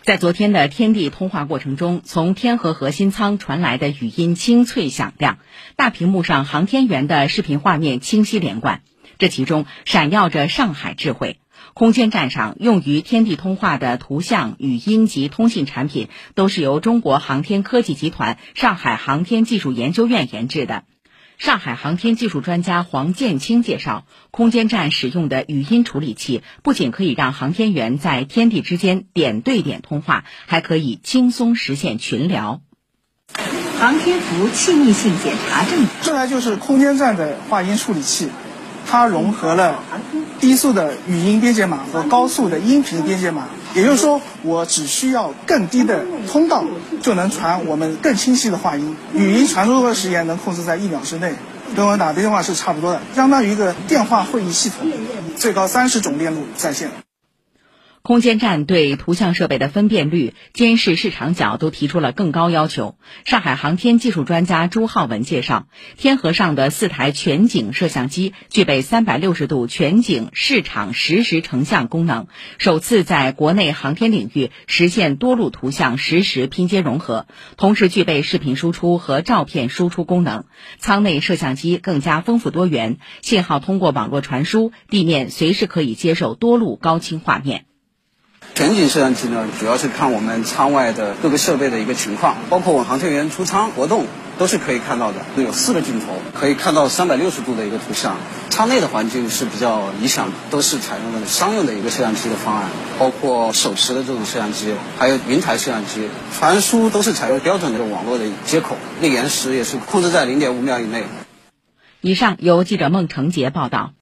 在昨天的天地通话过程中，从天河核心舱传来的语音清脆响亮，大屏幕上航天员的视频画面清晰连贯，这其中闪耀着上海智慧。空间站上用于天地通话的图像、语音及通信产品，都是由中国航天科技集团上海航天技术研究院研制的。上海航天技术专家黄建清介绍，空间站使用的语音处理器不仅可以让航天员在天地之间点对点通话，还可以轻松实现群聊。 航天服气密性检查证， 这台就是空间站的话音处理器，它融合了低速的语音编解码和高速的音频编解码，也就是说，我只需要更低的通道就能传我们更清晰的话音。语音传输的时间能控制在1秒之内，跟我们打电话是差不多的，相当于一个电话会议系统，最高30种链路在线。 空间站对图像设备的分辨率、监视视场角都提出了更高要求。上海航天技术专家朱浩文介绍，天河上的4台全景摄像机具备360度全景视场实时成像功能，首次在国内航天领域实现多路图像实时拼接融合，同时具备视频输出和照片输出功能。舱内摄像机更加丰富多元，信号通过网络传输，地面随时可以接受多路高清画面。 全景摄像机呢，主要是看我们舱外的各个设备的一个情况，包括我们航天员出舱活动都是可以看到的。有4个镜头，可以看到360度的一个图像。舱内的环境是比较理想的，都是采用了商用的一个摄像机的方案，包括手持的这种摄像机，还有云台摄像机，传输都是采用标准的网络的接口，那延时也是控制在0.5秒以内。 以上由记者孟成杰报道。